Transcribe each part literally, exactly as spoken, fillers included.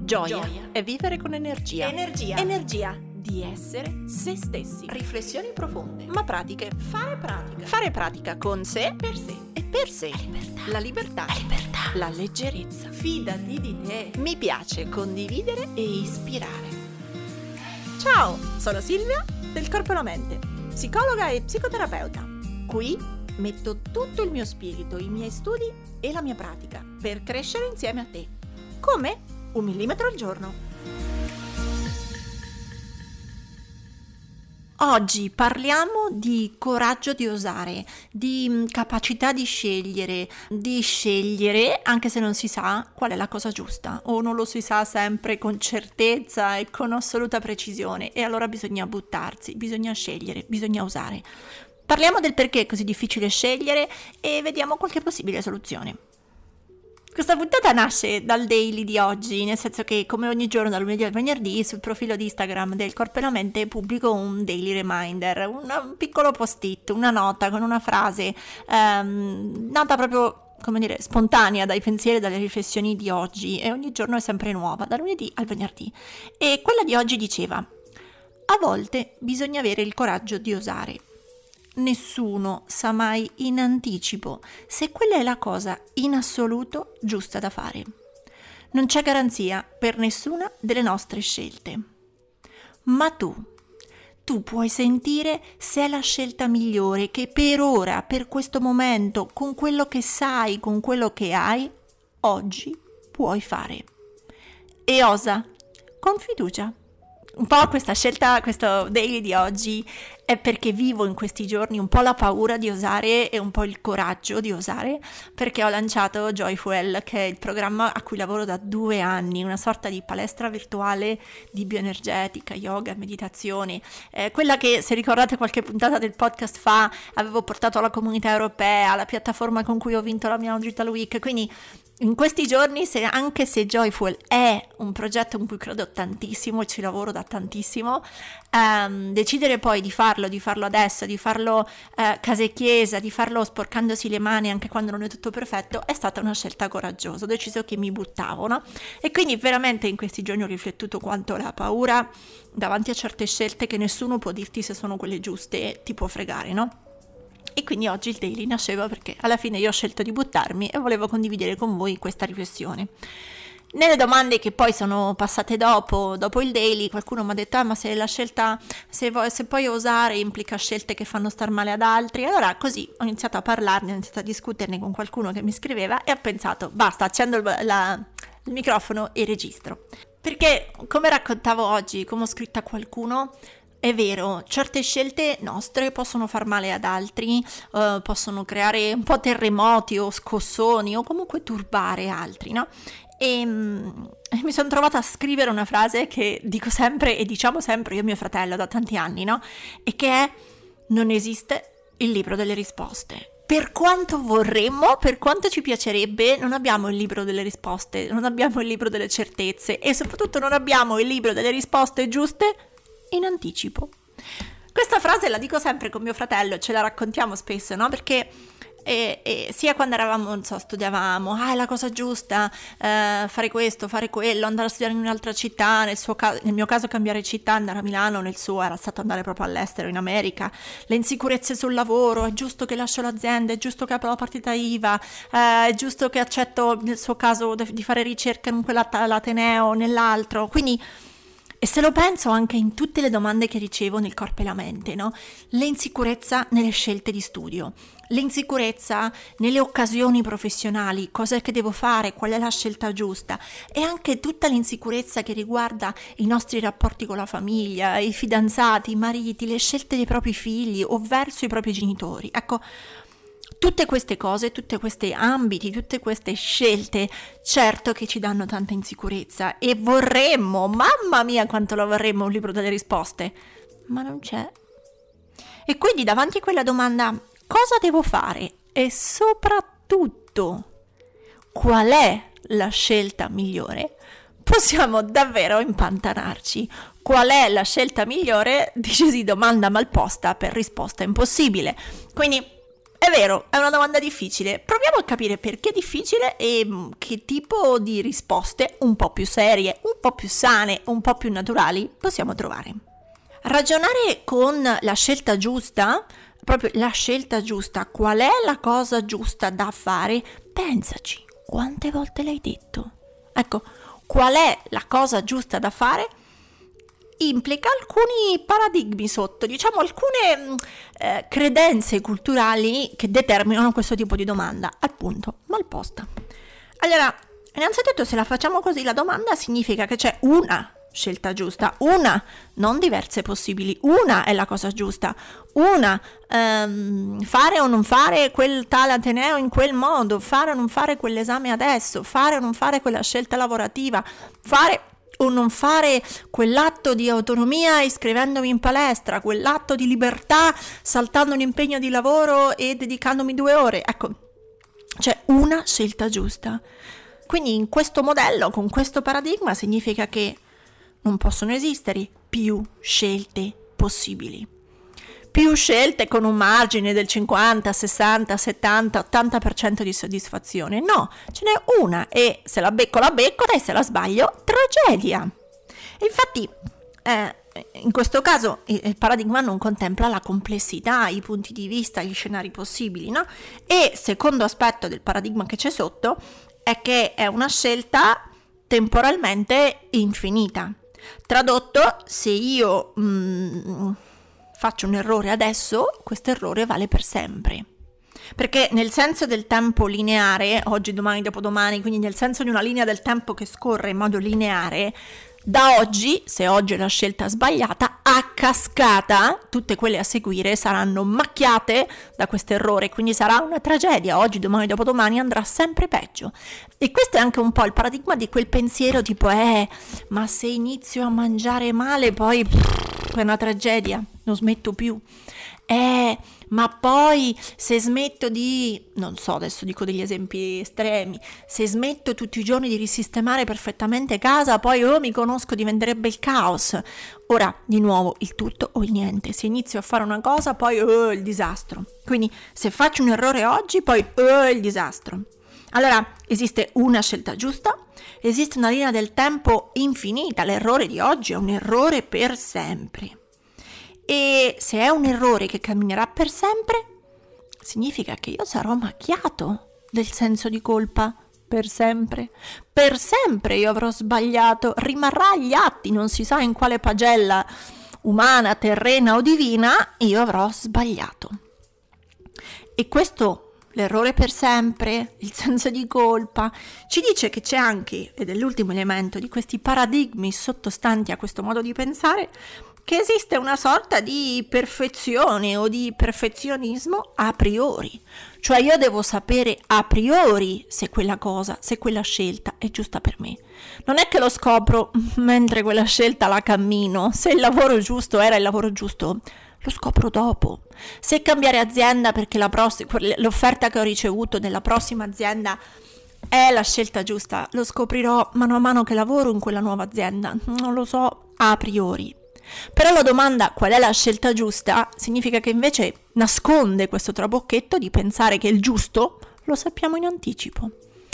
Gioia, Gioia è vivere con energia. Energia. Energia di essere se stessi. Riflessioni profonde, ma pratiche. Fare pratica. Fare pratica con sé, per sé e per sé. La libertà. La libertà. La libertà. La leggerezza. Fidati di te. Mi piace condividere e ispirare. Ciao, sono Silvia del Corpo e la Mente, psicologa e psicoterapeuta. Qui metto tutto il mio spirito, i miei studi e la mia pratica per crescere insieme a te. Come? Un millimetro al giorno. Oggi parliamo di coraggio di osare, di capacità di scegliere, di scegliere anche se non si sa qual è la cosa giusta o non lo si sa sempre con certezza e con assoluta precisione, e allora bisogna buttarsi, bisogna scegliere, bisogna osare. Parliamo del perché è così difficile scegliere e vediamo qualche possibile soluzione. Questa puntata nasce dal daily di oggi, nel senso che come ogni giorno dal lunedì al venerdì sul profilo di Instagram del Corpo e la Mente pubblico un daily reminder, un piccolo post-it, una nota con una frase ehm, nata proprio, come dire, spontanea dai pensieri e dalle riflessioni di oggi, e ogni giorno è sempre nuova, dal lunedì al venerdì. E quella di oggi diceva: a volte bisogna avere il coraggio di osare. Nessuno sa mai in anticipo se quella è la cosa in assoluto giusta da fare. Non c'è garanzia per nessuna delle nostre scelte. Ma tu, tu puoi sentire se è la scelta migliore che per ora, per questo momento, con quello che sai, con quello che hai, oggi puoi fare. E osa, con fiducia. Un po' questa scelta, questo daily di oggi è perché vivo in questi giorni un po' la paura di osare e un po' il coraggio di osare, perché ho lanciato Joyfuel, che è il programma a cui lavoro da due anni, una sorta di palestra virtuale di bioenergetica, yoga, meditazione, eh, quella che, se ricordate qualche puntata del podcast fa, avevo portato alla Comunità Europea, la piattaforma con cui ho vinto la mia Digital Week. Quindi in questi giorni, se, anche se Joyfuel è un progetto in cui credo tantissimo e ci lavoro da tantissimo, ehm, decidere poi di farlo, di farlo adesso, di farlo eh, casa e chiesa, di farlo sporcandosi le mani anche quando non è tutto perfetto, è stata una scelta coraggiosa. Ho deciso che mi buttavo, no? E quindi veramente in questi giorni ho riflettuto quanto la paura davanti a certe scelte, che nessuno può dirti se sono quelle giuste, ti può fregare, no? E quindi oggi il daily nasceva perché alla fine io ho scelto di buttarmi e volevo condividere con voi questa riflessione. Nelle domande che poi sono passate dopo, dopo il daily, qualcuno mi ha detto: ah, ma se la scelta, se, vo- se poi osare implica scelte che fanno star male ad altri. Allora così ho iniziato a parlarne, ho iniziato a discuterne con qualcuno che mi scriveva e ho pensato: basta, accendo il, la, il microfono e registro. Perché, come raccontavo oggi, come ho scritto a qualcuno, è vero, certe scelte nostre possono far male ad altri, uh, possono creare un po' terremoti o scossoni o comunque turbare altri, no? E um, mi sono trovata a scrivere una frase che dico sempre e diciamo sempre io e mio fratello da tanti anni, no? E che è: non esiste il libro delle risposte. Per quanto vorremmo, per quanto ci piacerebbe, non abbiamo il libro delle risposte, non abbiamo il libro delle certezze e soprattutto non abbiamo il libro delle risposte giuste in anticipo. Questa frase la dico sempre con mio fratello, ce la raccontiamo spesso, no? Perché eh, eh, sia quando eravamo, non so, studiavamo, ah, è la cosa giusta, eh, fare questo, fare quello, andare a studiare in un'altra città, nel, suo ca- nel mio caso cambiare città, andare a Milano, nel suo era stato andare proprio all'estero, in America, le insicurezze sul lavoro, è giusto che lascio l'azienda, è giusto che apro la partita I V A, eh, è giusto che accetto nel suo caso di fare ricerca in quell'ateneo o nell'altro. Quindi, e se lo penso anche in tutte le domande che ricevo nel Corpo e la Mente, no? L'insicurezza nelle scelte di studio, l'insicurezza nelle occasioni professionali, cosa che devo fare, qual è la scelta giusta, e anche tutta l'insicurezza che riguarda i nostri rapporti con la famiglia, i fidanzati, i mariti, le scelte dei propri figli o verso i propri genitori. Ecco, tutte queste cose, tutti questi ambiti, tutte queste scelte, certo che ci danno tanta insicurezza e vorremmo, mamma mia quanto lo vorremmo, un libro delle risposte, ma non c'è. E quindi davanti a quella domanda, cosa devo fare? E soprattutto, qual è la scelta migliore? Possiamo davvero impantanarci. Qual è la scelta migliore? Dice sì, domanda mal posta per risposta impossibile. Quindi è vero, è una domanda difficile. Proviamo a capire perché è difficile e che tipo di risposte un po' più serie, un po' po' più sane, un po' più naturali, possiamo trovare. Ragionare con la scelta giusta, proprio la scelta giusta, qual è la cosa giusta da fare? Pensaci, quante volte l'hai detto? Ecco, qual è la cosa giusta da fare? Implica alcuni paradigmi sotto, diciamo alcune eh, credenze culturali che determinano questo tipo di domanda, al punto, mal posta. Allora, innanzitutto se la facciamo così, la domanda significa che c'è una scelta giusta, una, non diverse possibili, una è la cosa giusta, una, ehm, fare o non fare quel tale ateneo in quel modo, fare o non fare quell'esame adesso, fare o non fare quella scelta lavorativa, fare o non fare quell'atto di autonomia iscrivendomi in palestra, quell'atto di libertà saltando un impegno di lavoro e dedicandomi due ore, ecco, c'è una scelta giusta. Quindi in questo modello, con questo paradigma, significa che non possono esistere più scelte possibili. Più scelte con un margine del cinquanta, sessanta, settanta, ottanta per cento di soddisfazione. No, ce n'è una e se la becco la becco e se la sbaglio, tragedia. E infatti eh, in questo caso il paradigma non contempla la complessità, i punti di vista, gli scenari possibili, no? E secondo aspetto del paradigma che c'è sotto è che è una scelta temporalmente infinita. Tradotto, se io mh, faccio un errore adesso, questo errore vale per sempre. Perché nel senso del tempo lineare, oggi, domani, dopodomani, quindi nel senso di una linea del tempo che scorre in modo lineare, da oggi, se oggi è la scelta sbagliata, a cascata, tutte quelle a seguire saranno macchiate da questo errore, quindi sarà una tragedia, oggi, domani, dopodomani andrà sempre peggio. E questo è anche un po' il paradigma di quel pensiero tipo, eh, ma se inizio a mangiare male poi pff, è una tragedia, non smetto più. Eh, ma poi se smetto di, non so, adesso dico degli esempi estremi, se smetto tutti i giorni di risistemare perfettamente casa, poi oh, mi conosco, diventerebbe il caos. Ora, di nuovo, il tutto o il niente. Se inizio a fare una cosa, poi oh, il disastro. Quindi, se faccio un errore oggi, poi oh, il disastro. Allora, esiste una scelta giusta, esiste una linea del tempo infinita, l'errore di oggi è un errore per sempre. E se è un errore che camminerà per sempre, significa che io sarò macchiato del senso di colpa per sempre. Per sempre io avrò sbagliato, rimarrà agli atti, non si sa in quale pagella umana, terrena o divina, io avrò sbagliato. E questo, l'errore per sempre, il senso di colpa, ci dice che c'è anche, ed è l'ultimo elemento di questi paradigmi sottostanti a questo modo di pensare, che esiste una sorta di perfezione o di perfezionismo a priori. Cioè io devo sapere a priori se quella cosa, se quella scelta è giusta per me. Non è che lo scopro mentre quella scelta la cammino. Se il lavoro giusto era il lavoro giusto, lo scopro dopo. Se cambiare azienda perché la pross- l'offerta che ho ricevuto della prossima azienda è la scelta giusta, lo scoprirò mano a mano che lavoro in quella nuova azienda. Non lo so a priori. Però la domanda qual è la scelta giusta significa che invece nasconde questo trabocchetto di pensare che il giusto lo sappiamo in anticipo.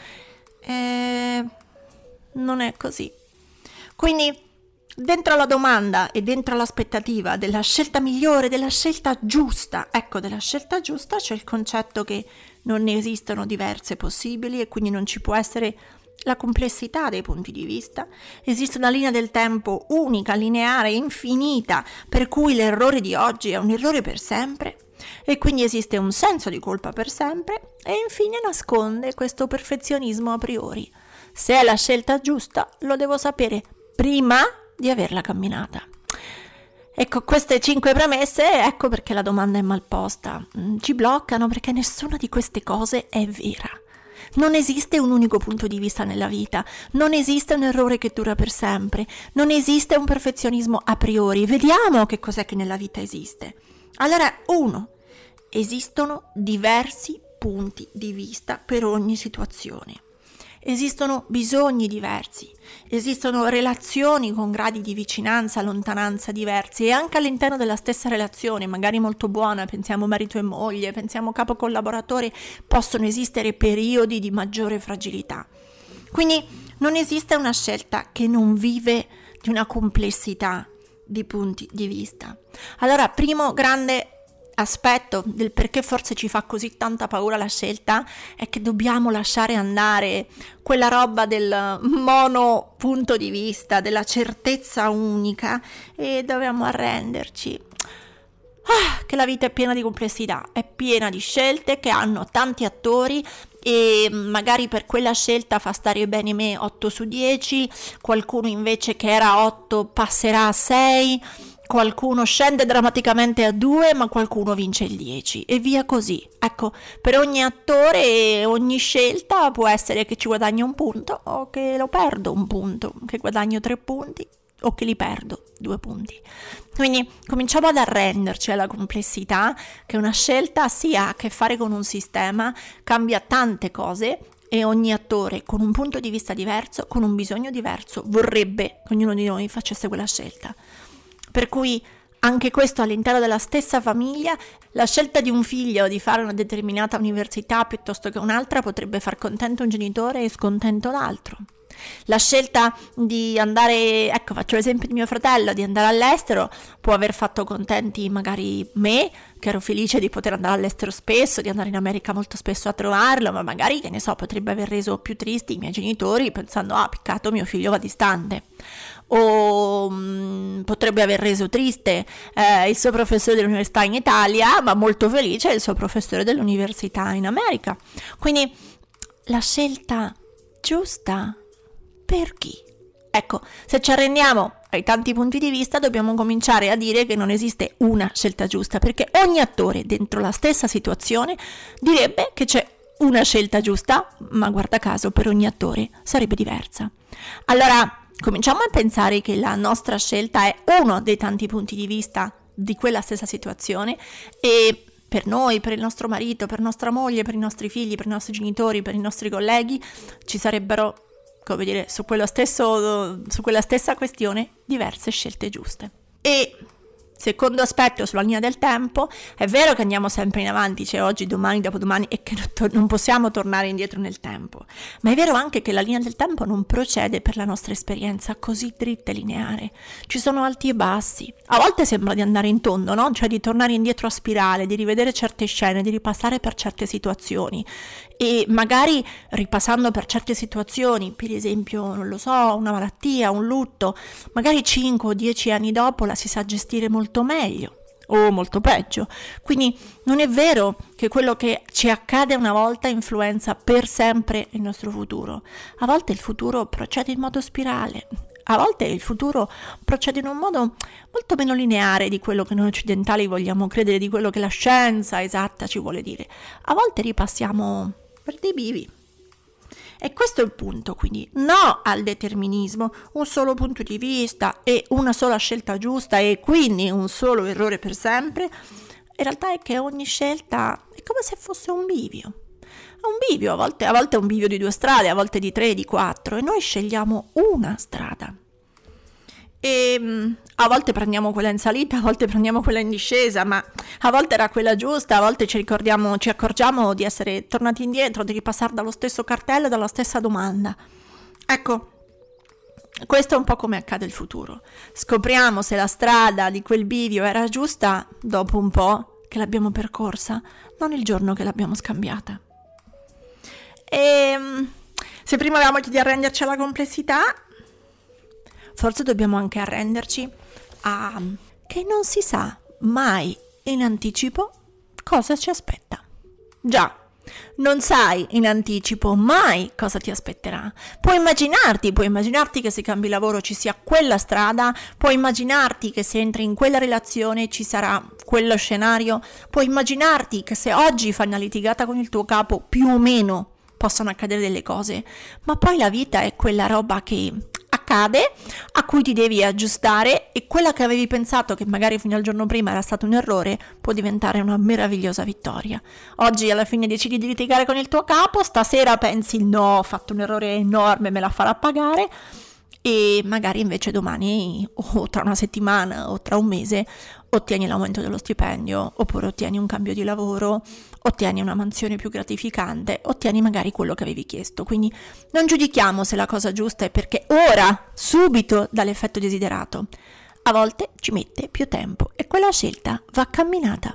E non è così. Quindi dentro la domanda e dentro l'aspettativa della scelta migliore, della scelta giusta, ecco, della scelta giusta c'è il concetto che non ne esistono diverse possibili e quindi non ci può essere la complessità dei punti di vista. Esiste una linea del tempo unica, lineare, infinita, per cui l'errore di oggi è un errore per sempre e quindi esiste un senso di colpa per sempre e infine nasconde questo perfezionismo a priori. Se è la scelta giusta lo devo sapere prima di averla camminata. Ecco, queste cinque premesse, ecco perché la domanda è mal posta. Ci bloccano perché nessuna di queste cose è vera. Non esiste un unico punto di vista nella vita, non esiste un errore che dura per sempre, non esiste un perfezionismo a priori. Vediamo che cos'è che nella vita esiste. Allora, uno, esistono diversi punti di vista per ogni situazione. Esistono bisogni diversi, esistono relazioni con gradi di vicinanza, lontananza diversi e anche all'interno della stessa relazione, magari molto buona, pensiamo marito e moglie, pensiamo capo collaboratore, possono esistere periodi di maggiore fragilità. Quindi Non esiste una scelta che non vive di una complessità di punti di vista. Allora, primo grande aspetto del perché forse ci fa così tanta paura la scelta è che dobbiamo lasciare andare quella roba del mono punto di vista, della certezza unica, e dobbiamo arrenderci. Ah, che la vita è piena di complessità, è piena di scelte che hanno tanti attori e magari per quella scelta fa stare bene me otto su dieci, qualcuno invece che era otto passerà a sei, qualcuno scende drammaticamente a due, ma qualcuno vince il dieci e via così. Ecco, per ogni attore ogni scelta può essere che ci guadagno un punto o che lo perdo un punto, che guadagno tre punti o che li perdo due punti. Quindi cominciamo ad arrenderci alla complessità che una scelta sì ha a che fare con un sistema, cambia tante cose e ogni attore con un punto di vista diverso, con un bisogno diverso, vorrebbe che ognuno di noi facesse quella scelta. Per cui anche questo all'interno della stessa famiglia, la scelta di un figlio di fare una determinata università piuttosto che un'altra potrebbe far contento un genitore e scontento l'altro. La scelta di andare, ecco faccio l'esempio di mio fratello, di andare all'estero può aver fatto contenti magari me, che ero felice di poter andare all'estero spesso, di andare in America molto spesso a trovarlo, ma magari, che ne so, potrebbe aver reso più tristi i miei genitori pensando, ah, peccato, mio figlio va distante. O mh, potrebbe aver reso triste eh, il suo professore dell'università in Italia, ma molto felice il suo professore dell'università in America. Quindi la scelta giusta per chi? Ecco, se ci arrendiamo ai tanti punti di vista dobbiamo cominciare a dire che non esiste una scelta giusta, perché ogni attore dentro la stessa situazione direbbe che c'è una scelta giusta, ma guarda caso per ogni attore sarebbe diversa. Allora cominciamo a pensare che la nostra scelta è uno dei tanti punti di vista di quella stessa situazione e per noi, per il nostro marito, per nostra moglie, per i nostri figli, per i nostri genitori, per i nostri colleghi ci sarebbero, come dire, su quello stesso, su quella stessa questione diverse scelte giuste. E secondo aspetto sulla linea del tempo, è vero che andiamo sempre in avanti, c'è oggi, domani, dopodomani e che non possiamo tornare indietro nel tempo, ma è vero anche che la linea del tempo non procede per la nostra esperienza così dritta e lineare, ci sono alti e bassi, a volte sembra di andare in tondo, no? Cioè di tornare indietro a spirale, di rivedere certe scene, di ripassare per certe situazioni e magari ripassando per certe situazioni, per esempio, non lo so, una malattia, un lutto, magari cinque o dieci anni dopo la si sa gestire molto meglio o molto peggio. Quindi non è vero che quello che ci accade una volta influenza per sempre il nostro futuro. A volte il futuro procede in modo spirale, a volte il futuro procede in un modo molto meno lineare di quello che noi occidentali vogliamo credere, di quello che la scienza esatta ci vuole dire. A volte ripassiamo per dei bivi. E questo è il punto, quindi no al determinismo, un solo punto di vista e una sola scelta giusta e quindi un solo errore per sempre. In realtà è che ogni scelta è come se fosse un bivio. È un bivio, a volte, a volte è un bivio di due strade, a volte di tre, di quattro, e noi scegliamo una strada. E a volte prendiamo quella in salita, a volte prendiamo quella in discesa, ma a volte era quella giusta, a volte ci ricordiamo, ci accorgiamo di essere tornati indietro, di ripassare dallo stesso cartello e dalla stessa domanda. Ecco, questo è un po' come accade il futuro. Scopriamo se la strada di quel bivio era giusta dopo un po' che l'abbiamo percorsa, non il giorno che l'abbiamo scambiata. E se prima avevamo detto di arrenderci alla complessità, forse dobbiamo anche arrenderci a che non si sa mai in anticipo cosa ci aspetta. Già, non sai in anticipo mai cosa ti aspetterà. Puoi immaginarti, puoi immaginarti che se cambi lavoro ci sia quella strada, puoi immaginarti che se entri in quella relazione ci sarà quello scenario, puoi immaginarti che se oggi fai una litigata con il tuo capo più o meno possono accadere delle cose, ma poi la vita è quella roba che accade, a cui ti devi aggiustare e quella che avevi pensato che magari fino al giorno prima era stato un errore può diventare una meravigliosa vittoria. Oggi alla fine decidi di litigare con il tuo capo, stasera pensi no, ho fatto un errore enorme, me la farà pagare e magari invece domani o tra una settimana o tra un mese ottieni l'aumento dello stipendio, oppure ottieni un cambio di lavoro, ottieni una mansione più gratificante, ottieni magari quello che avevi chiesto. Quindi non giudichiamo se la cosa giusta è perché ora, subito, dà l'effetto desiderato. A volte ci mette più tempo e quella scelta va camminata.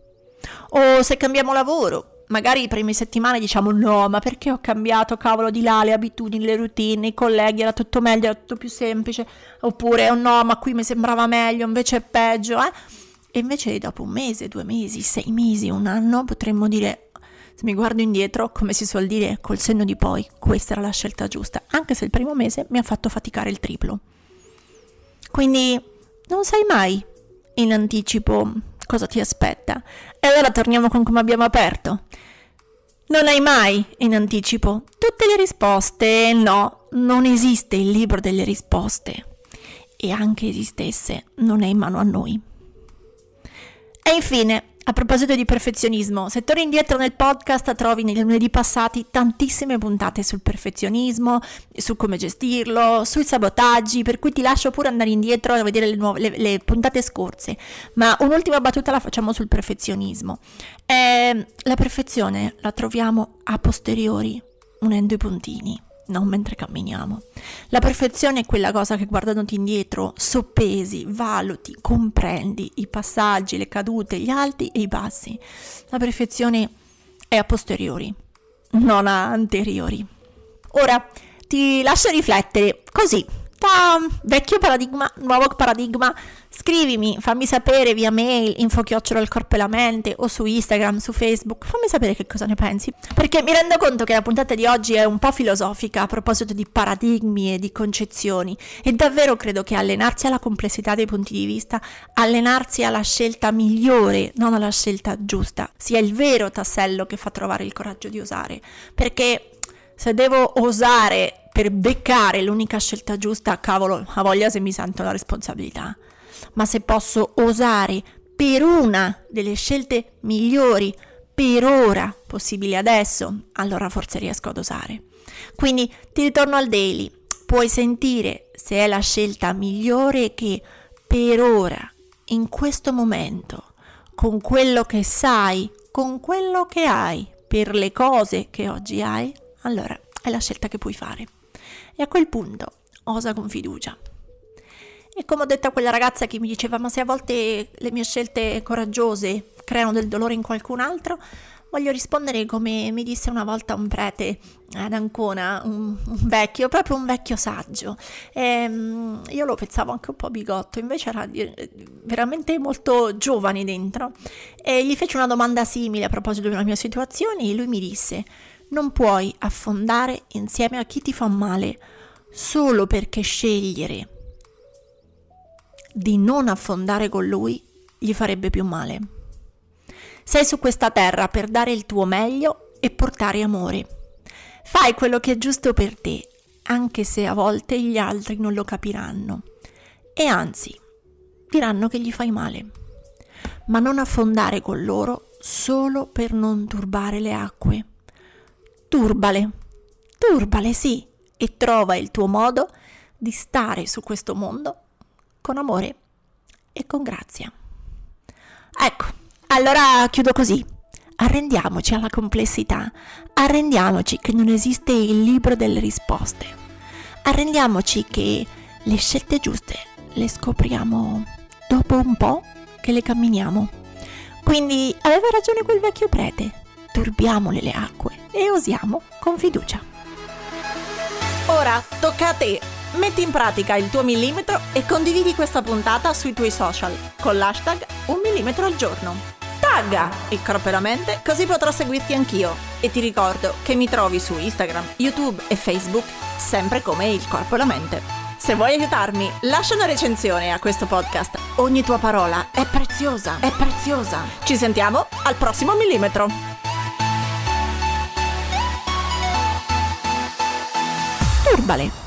O se cambiamo lavoro, magari le prime settimane diciamo no, ma perché ho cambiato, cavolo di là, le abitudini, le routine, i colleghi, era tutto meglio, era tutto più semplice, oppure oh no, ma qui mi sembrava meglio, invece è peggio, eh? E invece dopo un mese, due mesi, sei mesi, un anno potremmo dire, se mi guardo indietro, come si suol dire, col senno di poi, questa era la scelta giusta, anche se il primo mese mi ha fatto faticare il triplo. Quindi non sai mai in anticipo cosa ti aspetta. E allora torniamo con come abbiamo aperto. Non hai mai in anticipo tutte le risposte. No, non esiste il libro delle risposte. E anche esistesse, non è in mano a noi. E infine, a proposito di perfezionismo, se torni indietro nel podcast trovi nei lunedì passati tantissime puntate sul perfezionismo, su come gestirlo, sui sabotaggi, per cui ti lascio pure andare indietro a vedere le, nuove, le, le puntate scorse. Ma un'ultima battuta la facciamo sul perfezionismo. Eh, la perfezione la troviamo a posteriori, unendo i puntini, non mentre camminiamo. La perfezione è quella cosa che guardandoti indietro soppesi, valuti, comprendi i passaggi, le cadute, gli alti e i bassi. La perfezione è a posteriori, non a anteriori. Ora ti lascio riflettere così, da vecchio paradigma, nuovo paradigma. Scrivimi, fammi sapere via mail, info chiocciola il corpo e la mente, o su Instagram, su Facebook, fammi sapere che cosa ne pensi, perché mi rendo conto che la puntata di oggi è un po' filosofica a proposito di paradigmi e di concezioni, e davvero credo che allenarsi alla complessità dei punti di vista, allenarsi alla scelta migliore, non alla scelta giusta, sia il vero tassello che fa trovare il coraggio di osare, perché se devo osare per beccare l'unica scelta giusta, cavolo, a voglia se mi sento la responsabilità. Ma se posso osare per una delle scelte migliori per ora possibili adesso, allora forse riesco ad osare. Quindi ti ritorno al daily. Puoi sentire se è la scelta migliore che per ora, in questo momento, con quello che sai, con quello che hai, per le cose che oggi hai, allora è la scelta che puoi fare. E a quel punto osa con fiducia. E come ho detto a quella ragazza che mi diceva ma se a volte le mie scelte coraggiose creano del dolore in qualcun altro, voglio rispondere come mi disse una volta un prete ad Ancona, un, un vecchio, proprio un vecchio saggio. E, um, io lo pensavo anche un po' bigotto, invece era veramente molto giovane dentro. E gli fece una domanda simile a proposito di una mia situazione e lui mi disse: non puoi affondare insieme a chi ti fa male solo perché scegliere di non affondare con lui gli farebbe più male. Sei su questa terra per dare il tuo meglio e portare amore. Fai quello che è giusto per te, anche se a volte gli altri non lo capiranno. E anzi, diranno che gli fai male. Ma non affondare con loro solo per non turbare le acque. Turbale, turbale sì, e trova il tuo modo di stare su questo mondo con amore e con grazia. Ecco, allora chiudo così. Arrendiamoci alla complessità, arrendiamoci che non esiste il libro delle risposte, arrendiamoci che le scelte giuste le scopriamo dopo un po' che le camminiamo. Quindi aveva ragione quel vecchio prete, turbiamole le acque e osiamo con fiducia. Ora tocca a te. Metti in pratica il tuo millimetro e condividi questa puntata sui tuoi social con l'hashtag un millimetro al giorno. Tagga il corpo e la mente così potrò seguirti anch'io. E ti ricordo che mi trovi su Instagram, YouTube e Facebook sempre come il corpo e la mente. Se vuoi aiutarmi, lascia una recensione a questo podcast. Ogni tua parola è preziosa, è preziosa. Ci sentiamo al prossimo millimetro. Turbale.